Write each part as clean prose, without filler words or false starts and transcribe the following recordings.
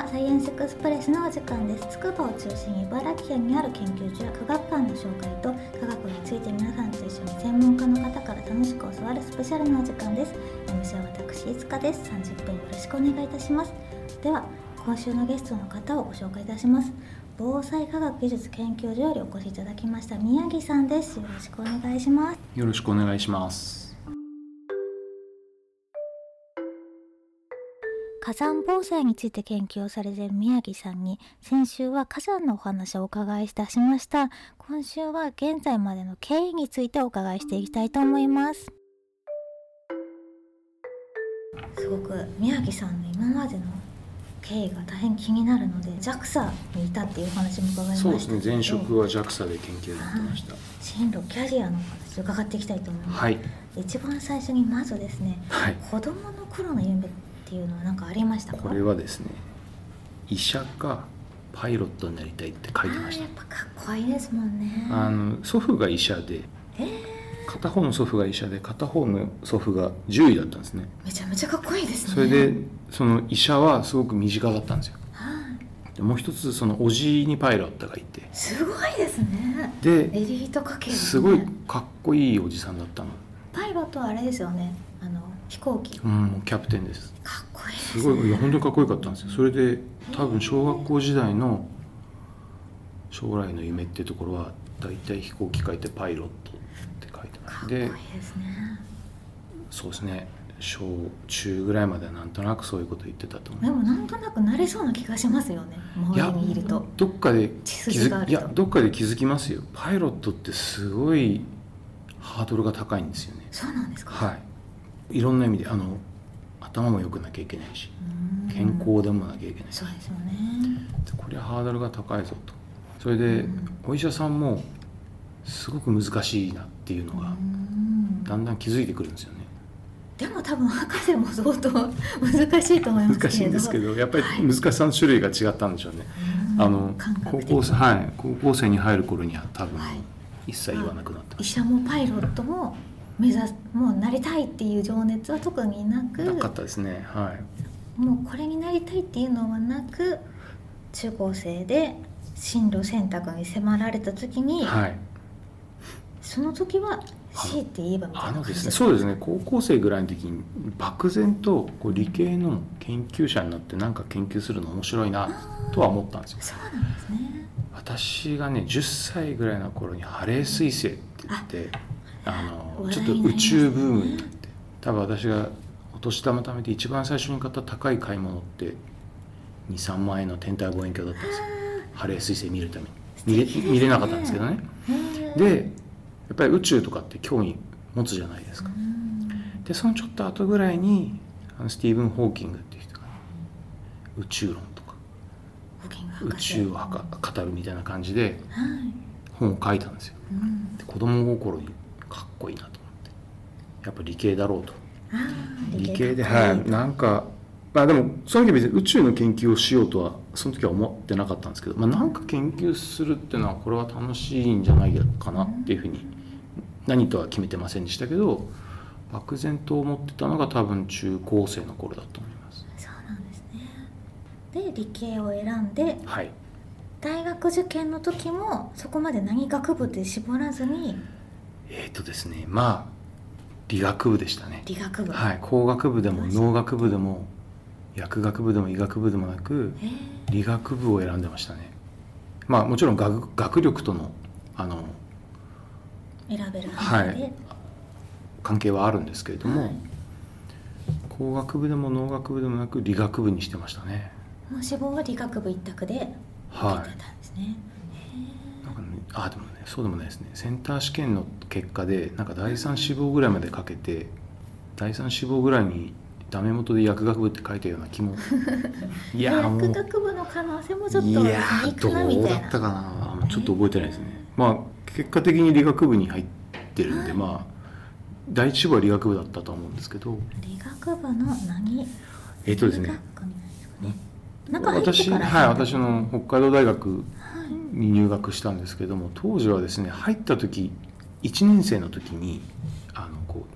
はサイエンスエクスプレスのお時間です。筑波を中心に茨城県にある研究所や科学館の紹介と科学について皆さんと一緒に専門家の方から楽しく教わるスペシャルなお時間です。MC は私いつかです。30分よろしくお願いいたします。では今週のゲストの方をご紹介いたします。防災科学技術研究所よりお越しいただきました宮城さんです。よろしくお願いします。 よろしくお願いします。 火山防災について研究をされている宮城さんに先週は火山のお話をお伺いいたしました。今週は現在までの経緯についてお伺いしていきたいと思います。すごく宮城さんの今までの経緯が大変気になるので JAXA にいたっていう話も伺いました。 そうですね、前職は JAXA で研究をやってました。 進路キャリアのお話を伺っていきたいと思います。 はい、 一番最初にまずですね、 はい、 子供の頃の夢っていうのは何かありましたか？ これはですね、医者かパイロットになりたいって書いてました。 やっぱかっこいいですもんね。 祖父が医者で、片方の祖父が医者で片方の祖父が獣医だったんですね。 めちゃめちゃかっこいいですね。 それでその医者はすごく身近だったんですよ。でもう一つそのおじにパイロットがいて、 すごいですね。 でエリート家系ですね。 すごいかっこいいおじさんだったの。 パイロットはあれですよね、飛行機、 キャプテンです。 かっこいいですね。 すごい、いや本当にかっこよかったんですよ。それで多分小学校時代の将来の夢っていうところはだいたい飛行機書いてパイロットって書いてます。 かっこいいですね。 そうですね、小中ぐらいまではなんとなくそういうこと言ってたと思う。 でもなんとなく慣れそうな気がしますよね、周りにいると。 どっかで血筋があると。 いやどっかで気づきますよ。パイロットってすごいハードルが高いんですよね。 そうなんですか？ はい、いろんな意味で頭も良くなきゃいけないし、健康でもなきゃいけないし、 そうですよね。 これはハードルが高いぞと。それで、お医者さんもすごく難しいなっていうのがだんだん気づいてくるんですよね。 でも多分博士も相当難しいと思いますけど。 難しいんですけど、やっぱり難しさの種類が違ったんでしょうね。高校生に入る頃には多分一切言わなくなった。 医者もパイロットももうなりたいっていう情熱は特になかったですね。はい、 もうこれになりたいっていうのはなく、中高生で進路選択に迫られた時に、はい、その時は強いて言えばみたいな感じですね。 そうですね、高校生ぐらいの時に漠然と理系の研究者になって何か研究するの面白いなとは思ったんですよ。 そうなんですね。 私がね10歳ぐらいの頃にハレー彗星って言ってちょっと宇宙ブームになって、多分私がお年玉貯めて一番最初に買った高い買い物って 2,3 万円の天体望遠鏡だったんですよ。ハレー彗星見るために見れなかったんですけどね。でやっぱり宇宙とかって興味持つじゃないですか。でそのちょっと後ぐらいにスティーブン・ホーキングっていう人が宇宙論とか宇宙を語るみたいな感じで本を書いたんですよ。で子供心にかっこいいなと思って、やっぱ理系だろうと。理系で、はい、なんかでもその時別に宇宙の研究をしようとはその時は思ってなかったんですけど、なんか研究するっていうのはこれは楽しいんじゃないかなっていうふうに、何とは決めてませんでしたけど漠然と思ってたのが多分中高生の頃だと思います。 そうなんですね。で理系を選んで、 はい、 大学受験の時もそこまで何学部で絞らずにですね、理学部でしたね。 理学部、 はい、工学部でも農学部でも薬学部でも医学部でもなく理学部を選んでましたね。もちろん 学力との選べる範囲で、 関係はあるんですけれども、工学部でも農学部でもなく理学部にしてましたね。 もう志望は理学部一択で受けてたんですね。 でもね、そうでもないですね。センター試験の結果で第3志望ぐらいまでかけて、第3志望ぐらいにダメ元で薬学部って書いたような気もいや薬学部の可能性もちょっといいかなみたいな。 どうだったかな、ちょっと覚えてないですね。結果的に理学部に入ってるんで、第一志望は理学部だったと思うんですけど。 理学部の何ですね、私の北海道大学に入学したんですけども、当時はですね、入った時1年生の時に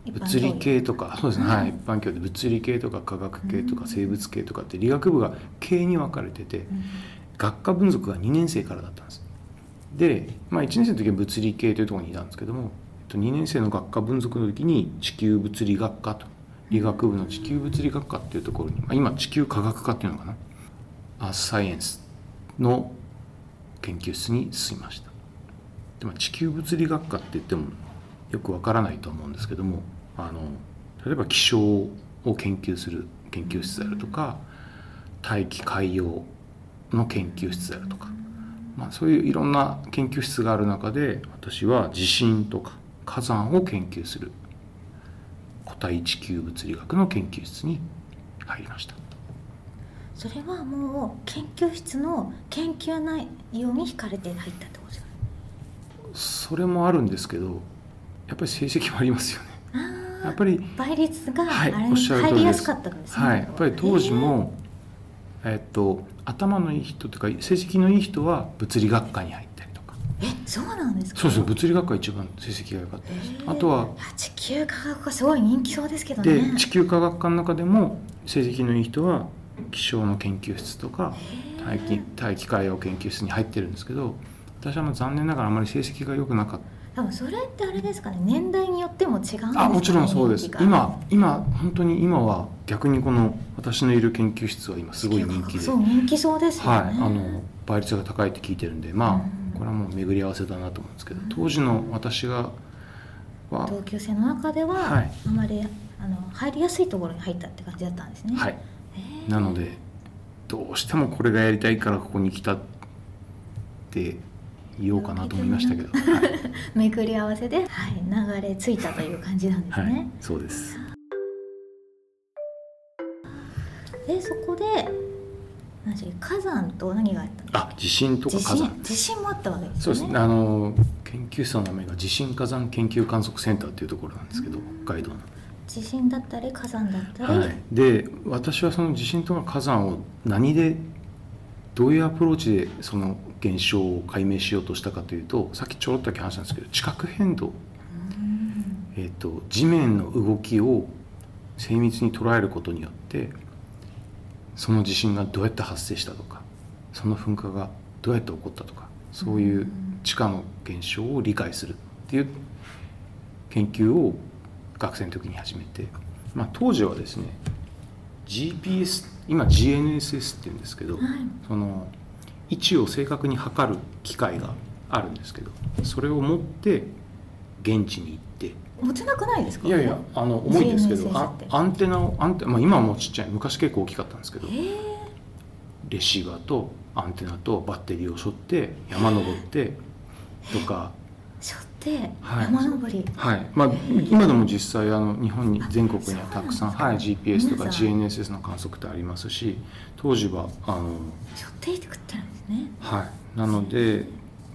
物理系とか、そうですね、はい、一般教で物理系とか化学系とか生物系とかって理学部が系に分かれてて、学科分属が2年生からだったんです。で、1年生の時は物理系というところにいたんですけども、2年生の学科分属の時に地球物理学科と、理学部の地球物理学科っていうところに、今地球科学科っていうのかな、アースサイエンスの研究室に進みました。で、地球物理学科って言ってもよくわからないと思うんですけども、例えば気象を研究する研究室であるとか、大気海洋の研究室であるとか、そういういろんな研究室がある中で、私は地震とか火山を研究する固体地球物理学の研究室に入りました。 それはもう研究室の研究内容に惹かれて入ったってことですか？ それもあるんですけど、やっぱり成績もありますよね。やっぱり倍率があれおっしゃる通りです。 入りやすかったんですね。 やっぱり当時も、頭のいい人というか成績のいい人は物理学科に入ったりとか。 そうなんですか？ そうです。物理学科一番成績が良かったです。あとは地球科学科すごい人気そうですけどね。 で、地球科学科の中でも成績のいい人は気象の研究室とか大気海洋研究室に入ってるんですけど、私は残念ながらあまり成績が良くなかった。 多分それってあれですかね、年代によっても違うんですかね。 もちろんそうです。今本当に今は逆にこの私のいる研究室は今すごい人気で、 そう人気そうですよね。 倍率が高いって聞いてるんで、これはもう巡り合わせだなと思うんですけど、当時の私が同級生の中では、あまり入りやすいところに入ったって感じだったんですね。 なのでどうしてもこれがやりたいからここに来たって言おうかなと思いましたけど、 巡り合わせで、流れ着いたという感じなんですね。 そうです。 でそこで火山と何があったんですか？ 地震とか火山。 地震もあったわけですね。 そうですね。研究室の名前が地震火山研究観測センターっていうところなんですけど、北海道の。 地震だったり火山だったり、 で私はその地震とか火山をどういうアプローチでその現象を解明しようとしたかというと、さっきちょろっとだけ話したんですけど、地殻変動、地面の動きを精密に捉えることによってその地震がどうやって発生したとか、その噴火がどうやって起こったとか、そういう地下の現象を理解するっていう研究を学生の時に始めて、当時はですね GPS、 今 GNSS っていうんですけど、その位置を正確に測る機械があるんですけど、それを持って現地に行って。 持てなくないですか？ いや重いんですけど、アンテナを今はもうちっちゃい、昔結構大きかったんですけど、レシーバーとアンテナとバッテリーを背負って山登ってとか、 背負って山登り、 今でも実際日本に全国にはたくさん、GPS とか GNSS の観測ってありますし、当時は背負っていてくってるんですね。 なので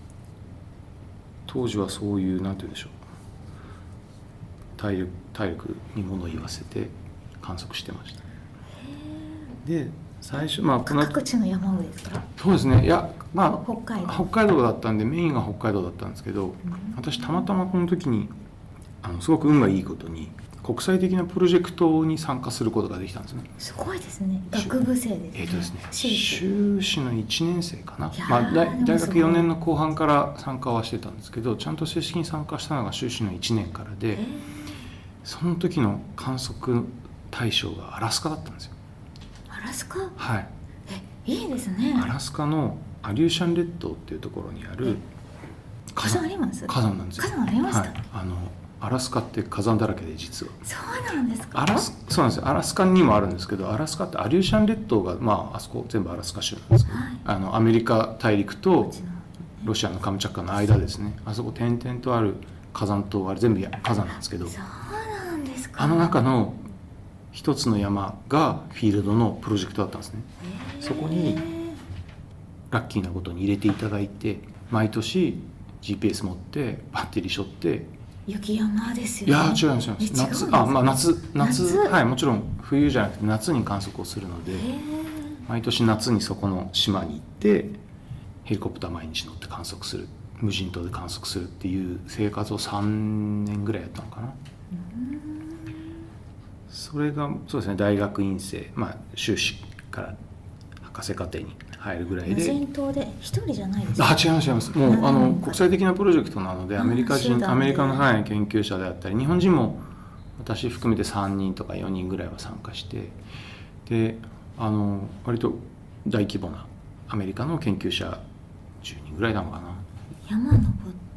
当時はそういうなんて言うんでしょう、体力に物を言わせて観測してました。で最初各地の山奥ですか？ そうですね。 北海道だったんで、メインが北海道だったんですけど、私たまたまこの時にすごく運がいいことに国際的なプロジェクトに参加することができたんですね。 すごいですね。学部生ですね。 修士の1年生かな。大学4年の後半から参加はしてたんですけど、ちゃんと正式に参加したのが修士の1年からで、その時の観測対象がアラスカだったんですよ。 アラスカ？ いいですね。アラスカのアリューシャン列島っていうところにある火山あります？ 火山なんですよ。 火山ありました？ アラスカって火山だらけで、実は。 そうなんですか？ そうなんですよ。アラスカにもあるんですけど、アラスカってアリューシャン列島が、あそこ全部アラスカ州なんですけど、アメリカ大陸とロシアのカムチャッカの間ですね。あそこ点々とある火山島、あれ全部火山なんですけど、 そうなんですか？ 中の一つの山がフィールドのプロジェクトだったんですね。そこにラッキーなことに入れていただいて、毎年 GPS 持ってバッテリー背負って。 雪山ですよね。 いや違うんですよ。夏、もちろん冬じゃなくて夏に観測をするので、毎年夏にそこの島に行ってヘリコプター毎日乗って観測する、無人島で観測するっていう生活を3年ぐらいやったのかな。 それがそうですね、大学院生、修士から博士課程に入るぐらいで。 無人島で一人じゃないですか？ 違いますもう国際的なプロジェクトなので、アメリカの、研究者であったり、日本人も私含めて3人とか4人ぐらいは参加して、で割と大規模なアメリカの研究者10人ぐらいなのかな。 山登って、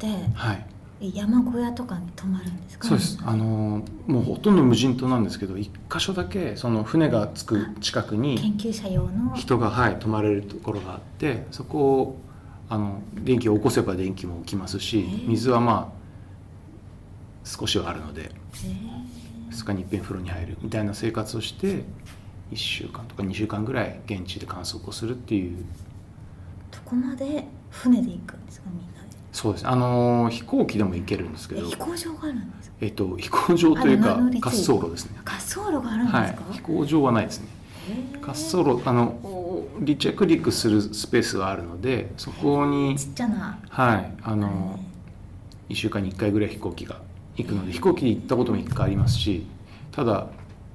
はい、 山小屋とかに泊まるんですか？ そうです。もうほとんど無人島なんですけど、1箇所だけその船が着く近くに研究者用の人が、泊まれるところがあって、そこを電気を起こせば電気も起きますし、水は少しはあるので2日に一遍風呂に入るみたいな生活をして、1週間とか2週間ぐらい現地で観測をするっていう。 どこまで船で行くんですか、みんなで？ そうです。飛行機でも行けるんですけど。 飛行場があるんですか？ 飛行場というか滑走路ですね。 滑走路があるんですか？ 飛行場はないですね。滑走路、離着陸するスペースはあるので、そこにちっちゃな、 1週間に1回ぐらい飛行機が行くので、飛行機で行ったことも1回ありますし、ただ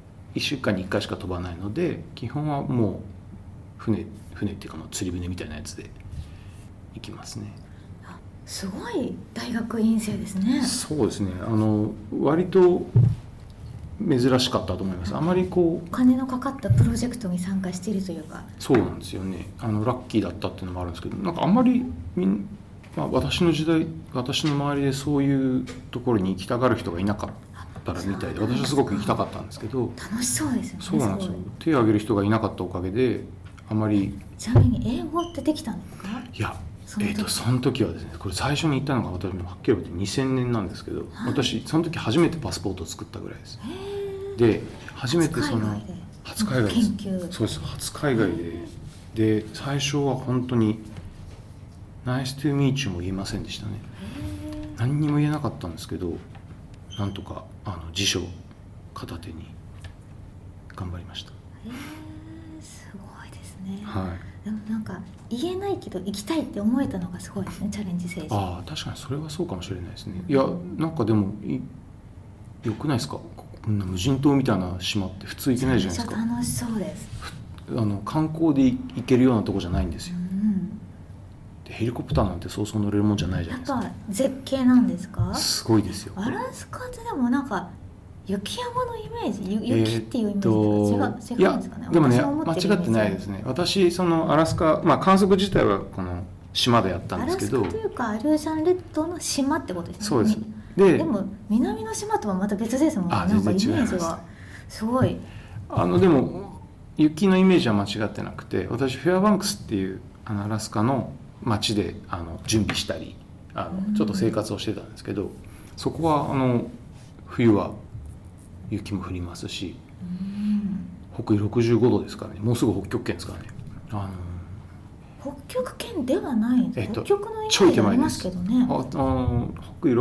1週間に1回しか飛ばないので、基本はもう船っていうか釣り船みたいなやつで行きますね。 すごい大学院生ですね。 そうですね。割と珍しかったと思います。あまりお金のかかったプロジェクトに参加しているというか。 そうなんですよね。ラッキーだったっていうのもあるんですけど、なんかあんまり私の時代、私の周りでそういうところに行きたがる人がいなかったみたいで、私はすごく行きたかったんですけど。 楽しそうですよね。 そうなんですよ。手を挙げる人がいなかったおかげで、あまり。 ちなみに英語ってできたんですか？ いや、その時はですね、これ最初に行ったのが、私もはっきり言って2000年なんですけど、私その時初めてパスポートを作ったぐらいです。で、初めて初海外です。そうです。初海外で最初は本当にナイストゥーミーチューも言えませんでしたね。何にも言えなかったんですけど、なんとか辞書片手に頑張りました。 すごいですね。 はい。 でもなんか言えないけど行きたいって思えたのがすごいですね、チャレンジ精神。 確かにそれはそうかもしれないですね。いや、なんかでもよくないですか？こんな無人島みたいな島って普通行けないじゃないですか。 楽しそうです。 観光で行けるようなとこじゃないんですよ。でヘリコプターなんてそうそう乗れるもんじゃないじゃないですか。 やっぱ絶景なんですか？すごいですよ。 アラスカってでもなんか雪山のイメージ、雪っていうイメージが違うんですかね。 でもね、間違ってないですね。私そのアラスカ、観測自体はこの島でやったんですけど、 アラスカというかアリューシャン列島の島ってことですね。 そうです。 でも南の島とはまた別ですもんね。なんかイメージがすごい。でも雪のイメージは間違ってなくて、私フェアバンクスっていうアラスカの町で準備したりちょっと生活をしてたんですけど、そこは冬は雪も降りますし、北緯65度ですからね。もうすぐ北極圏ですからね。 北極圏ではないんです。北極のイメージありますけどね。 北緯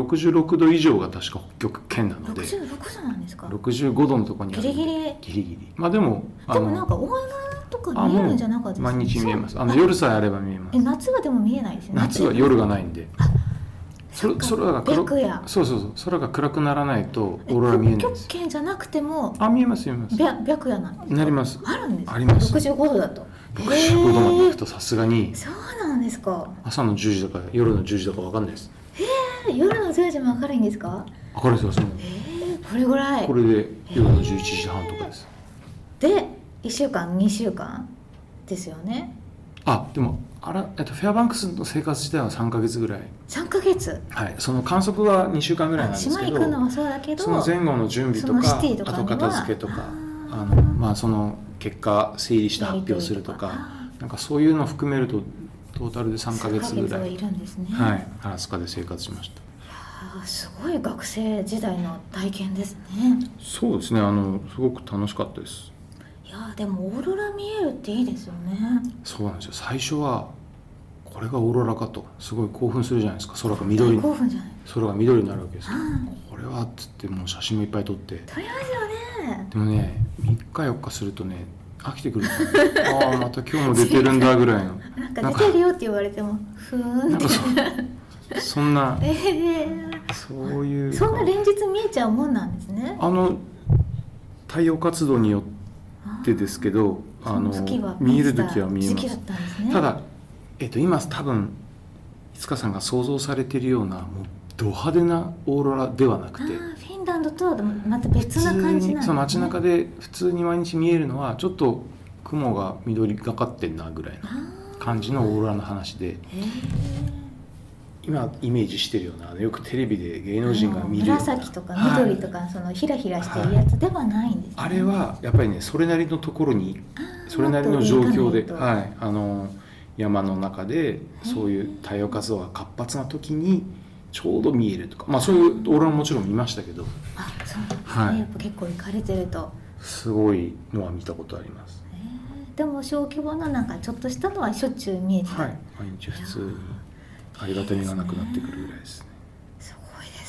66度以上が確か北極圏なので。 66度なんですか ？65度のところにある。 ギリギリ。 でもなんかオーロラとか見えるんじゃなかったですか？ 毎日見えます。夜さえあれば見えます。 夏はでも見えないですね。 夏は夜がないんで。空が空が暗くならないとオーロラ見えないです。 北極圏じゃなくても見えます。 白夜なんですか？ なります。 あるんですか？ あります。 65度だと。 65度まで行くとさすがに。 そうなんですか。 朝の10時とか夜の10時とか分かんないです。 夜の10時も明るいんですか？ 明るいですよ。 これぐらい。 これで夜の11時半とかです。 で1週間2週間ですよね。 でもフェアバンクスの生活自体は3ヶ月ぐらい。 3ヶ月。 はい。その観測は2週間ぐらいなんですけど、 島行くのはそうだけど、 その前後の準備とか後片付けとかその結果整理して発表するとか、なんかそういうのを含めるとトータルで3ヶ月ぐらい、 いるんですね。 はい、アラスカで生活しました。 いやすごい学生時代の体験ですね。 そうですね。すごく楽しかったです。 いやでもオーロラ見えるっていいですよね。 そうなんですよ。最初はこれがオーロラかとすごい興奮するじゃないですか。空が緑になるわけですよ。これはっつってもう写真もいっぱい撮って撮りますよね。 でもね、3日4日するとね飽きてくるまた今日も出てるんだぐらいのなんか出てるよって言われてもふーんってそんなそういうそんな連日見えちゃうもんなんですね。 太陽活動によってですけど見える時は見えます。ただ、今多分いつかさんが想像されているようなもうド派手なオーロラではなくて、 フィンランドとはまた別な感じなんですね。 その街中で普通に毎日見えるのはちょっと雲が緑がかってんなぐらいの感じのオーロラの話で、今イメージしてるようなよくテレビで芸能人が見るような紫とか緑とか、そのヒラヒラしてるやつではないんですね。 あれはやっぱりねそれなりのところにそれなりの状況で、山の中でそういう太陽活動が活発な時にちょうど見えるとか、そういうオーロラももちろん見ましたけど、 そうなんですね、やっぱ結構行かれてるとすごいのは見たことあります。 でも小規模ななんかちょっとしたのはしょっちゅう見えてた。 毎日普通にありがたみがなくなってくるぐらいですね。 すごいです。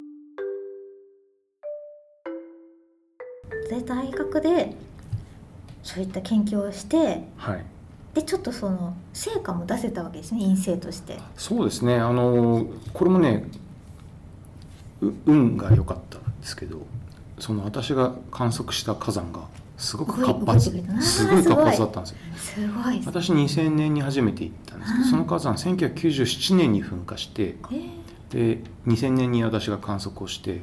で大学でそういった研究をして、でちょっとその成果も出せたわけですね、院生として。 そうですね、これもね運が良かったんですけど、その私が観測した火山がすごく活発だったんですよ。 すごい。 私2000年に初めて行ったんですけど、その火山1997年に噴火して、で2000年に私が観測をして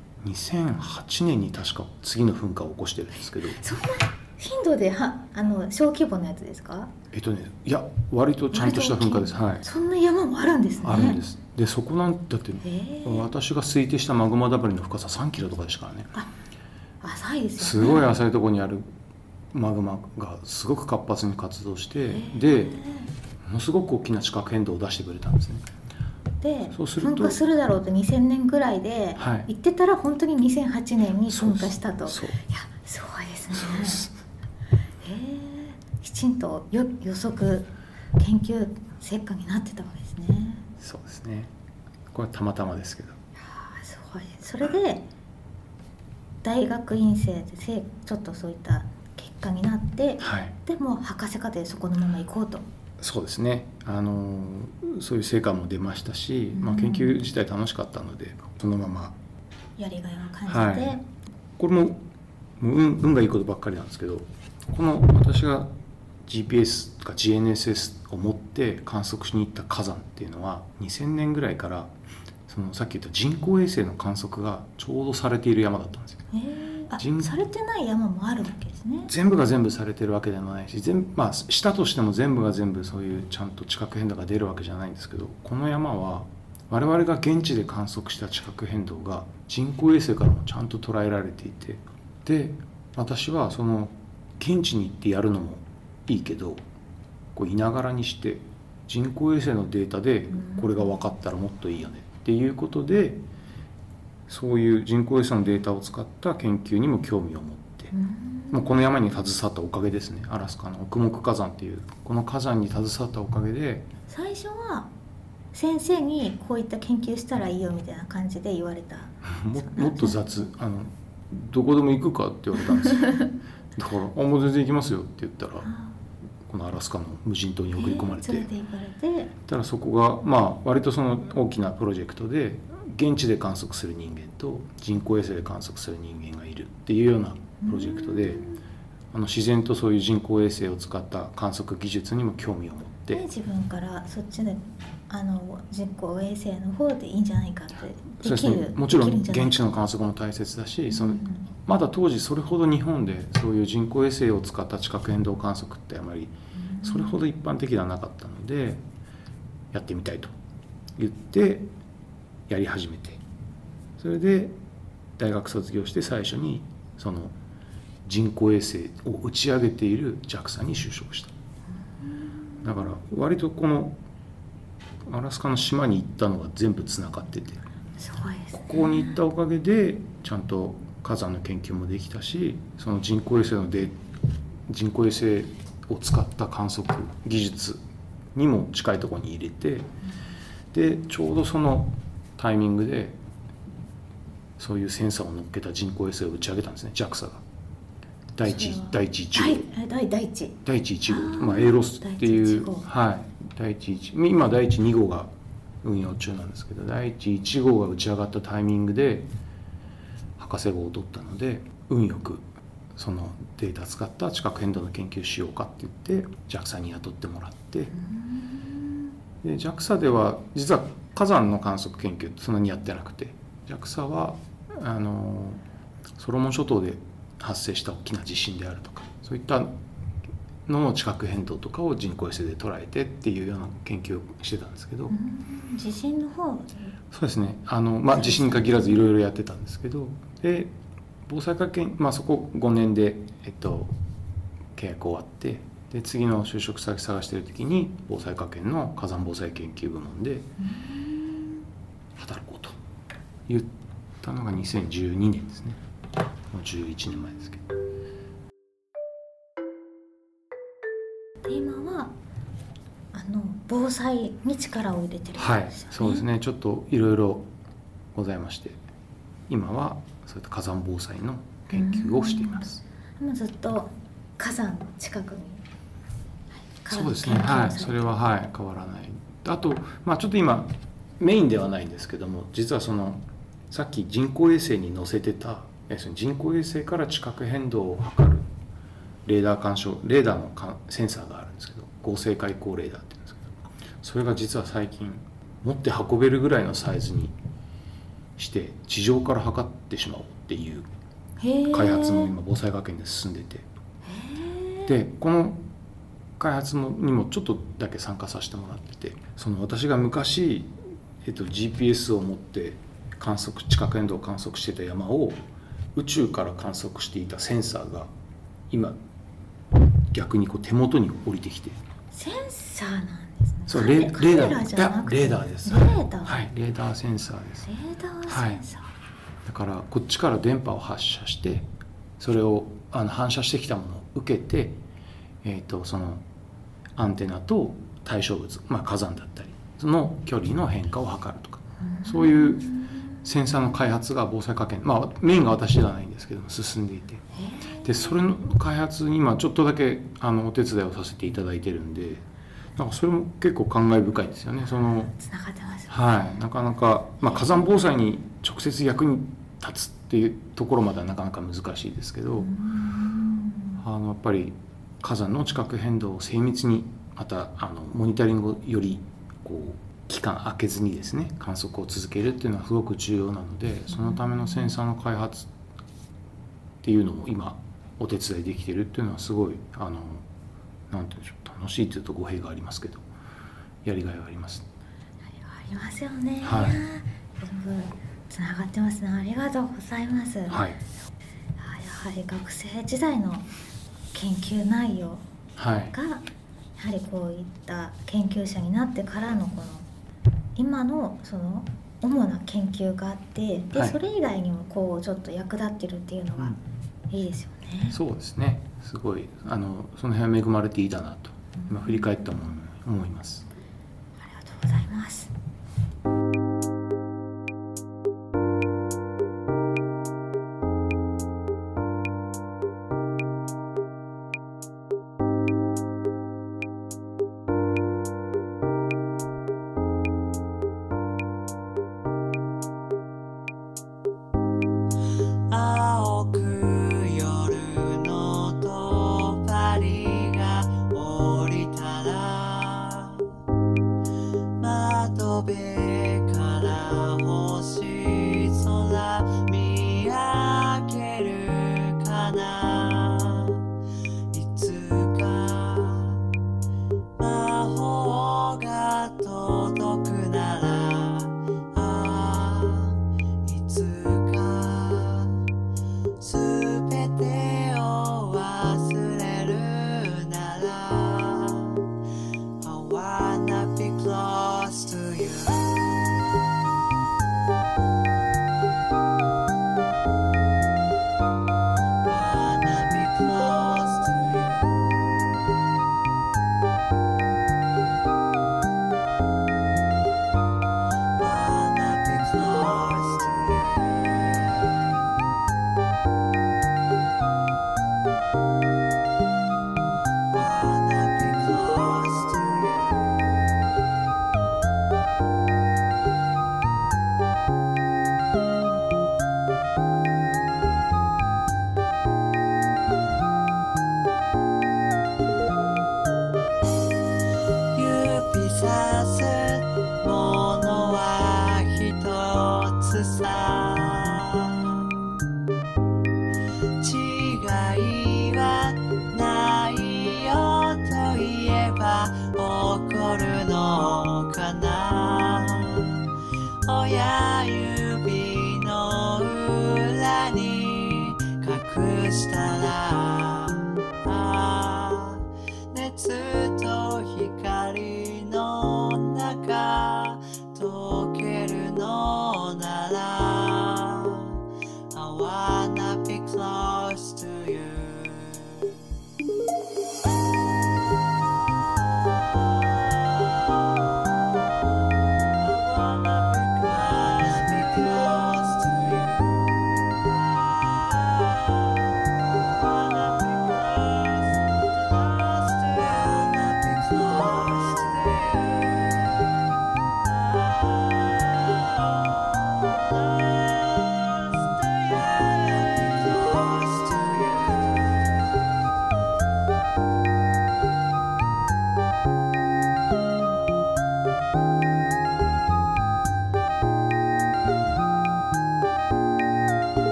2008年に確か次の噴火を起こしてるんですけど。 そんな頻度で小規模なやつですか？ いや割とちゃんとした噴火です。 そんな山もあるんですね。 あるんです。でそこなんだって、私が推定したマグマだぶりの深さ3キロとかですからね。 浅いですよね。 すごい浅いところにあるマグマがすごく活発に活動して、でものすごく大きな地殻変動を出してくれたんですね。 で噴火するだろうと2000年ぐらいで言ってたら、本当に2008年に噴火したと。いやすごいですね。きちんと予測研究成果になってたわけですね。 そうですね。これはたまたまですけど。 すごい。それで大学院生でちょっとそういった結果になって、でも博士課程そこのまま行こうと。 そうですね。そういう成果も出ましたし、研究自体楽しかったのでそのままやりがいを感じて、 これも運がいいことばっかりなんですけど、この私が GPS とか GNSS を持って観測しに行った火山っていうのは2000年ぐらいからそのさっき言った人工衛星の観測がちょうどされている山だったんですよ。 されてない山もあるわけですね。 全部が全部されてるわけでもないし、したとしても全部が全部そういうちゃんと地殻変動が出るわけじゃないんですけど、この山は我々が現地で観測した地殻変動が人工衛星からもちゃんと捉えられていて、で私はその現地に行ってやるのもいいけど、こういながらにして人工衛星のデータでこれが分かったらもっといいよねっていうことで、そういう人工衛星のデータを使った研究にも興味を持って、もうこの山に携わったおかげですね。アラスカの奥目火山っていうこの火山に携わったおかげで、 最初は先生にこういった研究したらいいよみたいな感じで言われたもっと雑、どこでも行くかって言われたんですよ。だからもう全然行きますよって言ったら、このアラスカの無人島に送り込まれて、ただそこが割とその大きなプロジェクトで現地で観測する人間と人工衛星で観測する人間がいるっていうようなプロジェクトで、自然とそういう人工衛星を使った観測技術にも興味を持って、 自分からそっちで人工衛星の方でいいんじゃないかってできる。 そうですね、もちろん現地の観測も大切だし、まだ当時それほど日本でそういう人工衛星を使った地殻変動観測ってあまりそれほど一般的ではなかったので、やってみたいと言ってやり始めて、それで大学卒業して最初にその人工衛星を打ち上げている JAXA に就職した。だから割とこのアラスカの島に行ったのが全部つながってて、 すごいですね。 ここに行ったおかげでちゃんと火山の研究もできたし、その人工衛星を使った観測技術にも近いところに入れて、でちょうどそのタイミングでそういうセンサーを乗っけた人工衛星を打ち上げたんですね、 JAXA が。第一1号、エロスっていう、今第一2号が運用中なんですけど、第一1号が打ち上がったタイミングで博士号を取ったので、 運よくそのデータ使った地殻変動の研究しようかって言って JAXA に雇ってもらって、で JAXA では実は火山の観測研究ってそんなにやってなくて、 JAXA はソロモン諸島で発生した大きな地震であるとか、そういったのの地殻変動とかを人工衛星で捉えてっていうような研究をしてたんですけど、 地震の方でそうですね、地震に限らずいろいろやってたんですけど、で防災科研、そこ5年で、契約終わって、で次の就職先探してる時に防災科研の火山防災研究部門で働こうと言ったのが2012年ですね。もう11年前ですけど。 で今は防災に力を入れてるんですよね。 はい、そうですね。ちょっといろいろございまして、今はそういった火山防災の研究をしています。 今ずっと火山の近くに、 そうですね。はい、それは変わらない。あと、ちょっと今メインではないんですけども、実はさっき人工衛星に載せてた人工衛星から地殻変動を測るレーダーのセンサーがあるんですけど、合成開口レーダーって言うんですけど、それが実は最近持って運べるぐらいのサイズにして地上から測ってしまおうっていう開発も今防災学園で進んでて、でこの開発にもちょっとだけ参加させてもらってて、私が昔、GPS を持って地殻変動を観測してた山を宇宙から観測していたセンサーが今逆に手元に降りてきて、 センサーなんですね。 そう、レーダーじゃなくてレーダーです。 レーダー、 はい、レーダーセンサーです。 レーダーセンサー、 だからこっちから電波を発射して、それを反射してきたものを受けて、そのアンテナと対象物、火山だったりその距離の変化を測るとか、そういうセンサーの開発が防災科研、メインが私ではないんですけども進んでいて、でそれの開発に今ちょっとだけお手伝いをさせていただいてるんで、なんかそれも結構感慨深いですよね。 つながってますよね。 はい、なかなか、火山防災に直接役に立つっていうところまではなかなか難しいですけど、やっぱり火山の地殻変動を精密にまたモニタリングをより期間空けずにですね観測を続けるっていうのはすごく重要なので、そのためのセンサーの開発っていうのを今お手伝いできてるっていうのはすごいなんて言うんでしょう、楽しいっていうと語弊がありますけどやりがいはあります。 やりがいありますよね。 はい、 全部つながってますね。ありがとうございます。はい、やはり学生時代の研究内容が、やはりこういった研究者になってからの今の主な研究があって、でそれ以外にもちょっと役立ってるっていうのがいいですよね。 そうですね。すごいその辺は恵まれていたなと今振り返って思います。 ありがとうございます。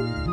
す。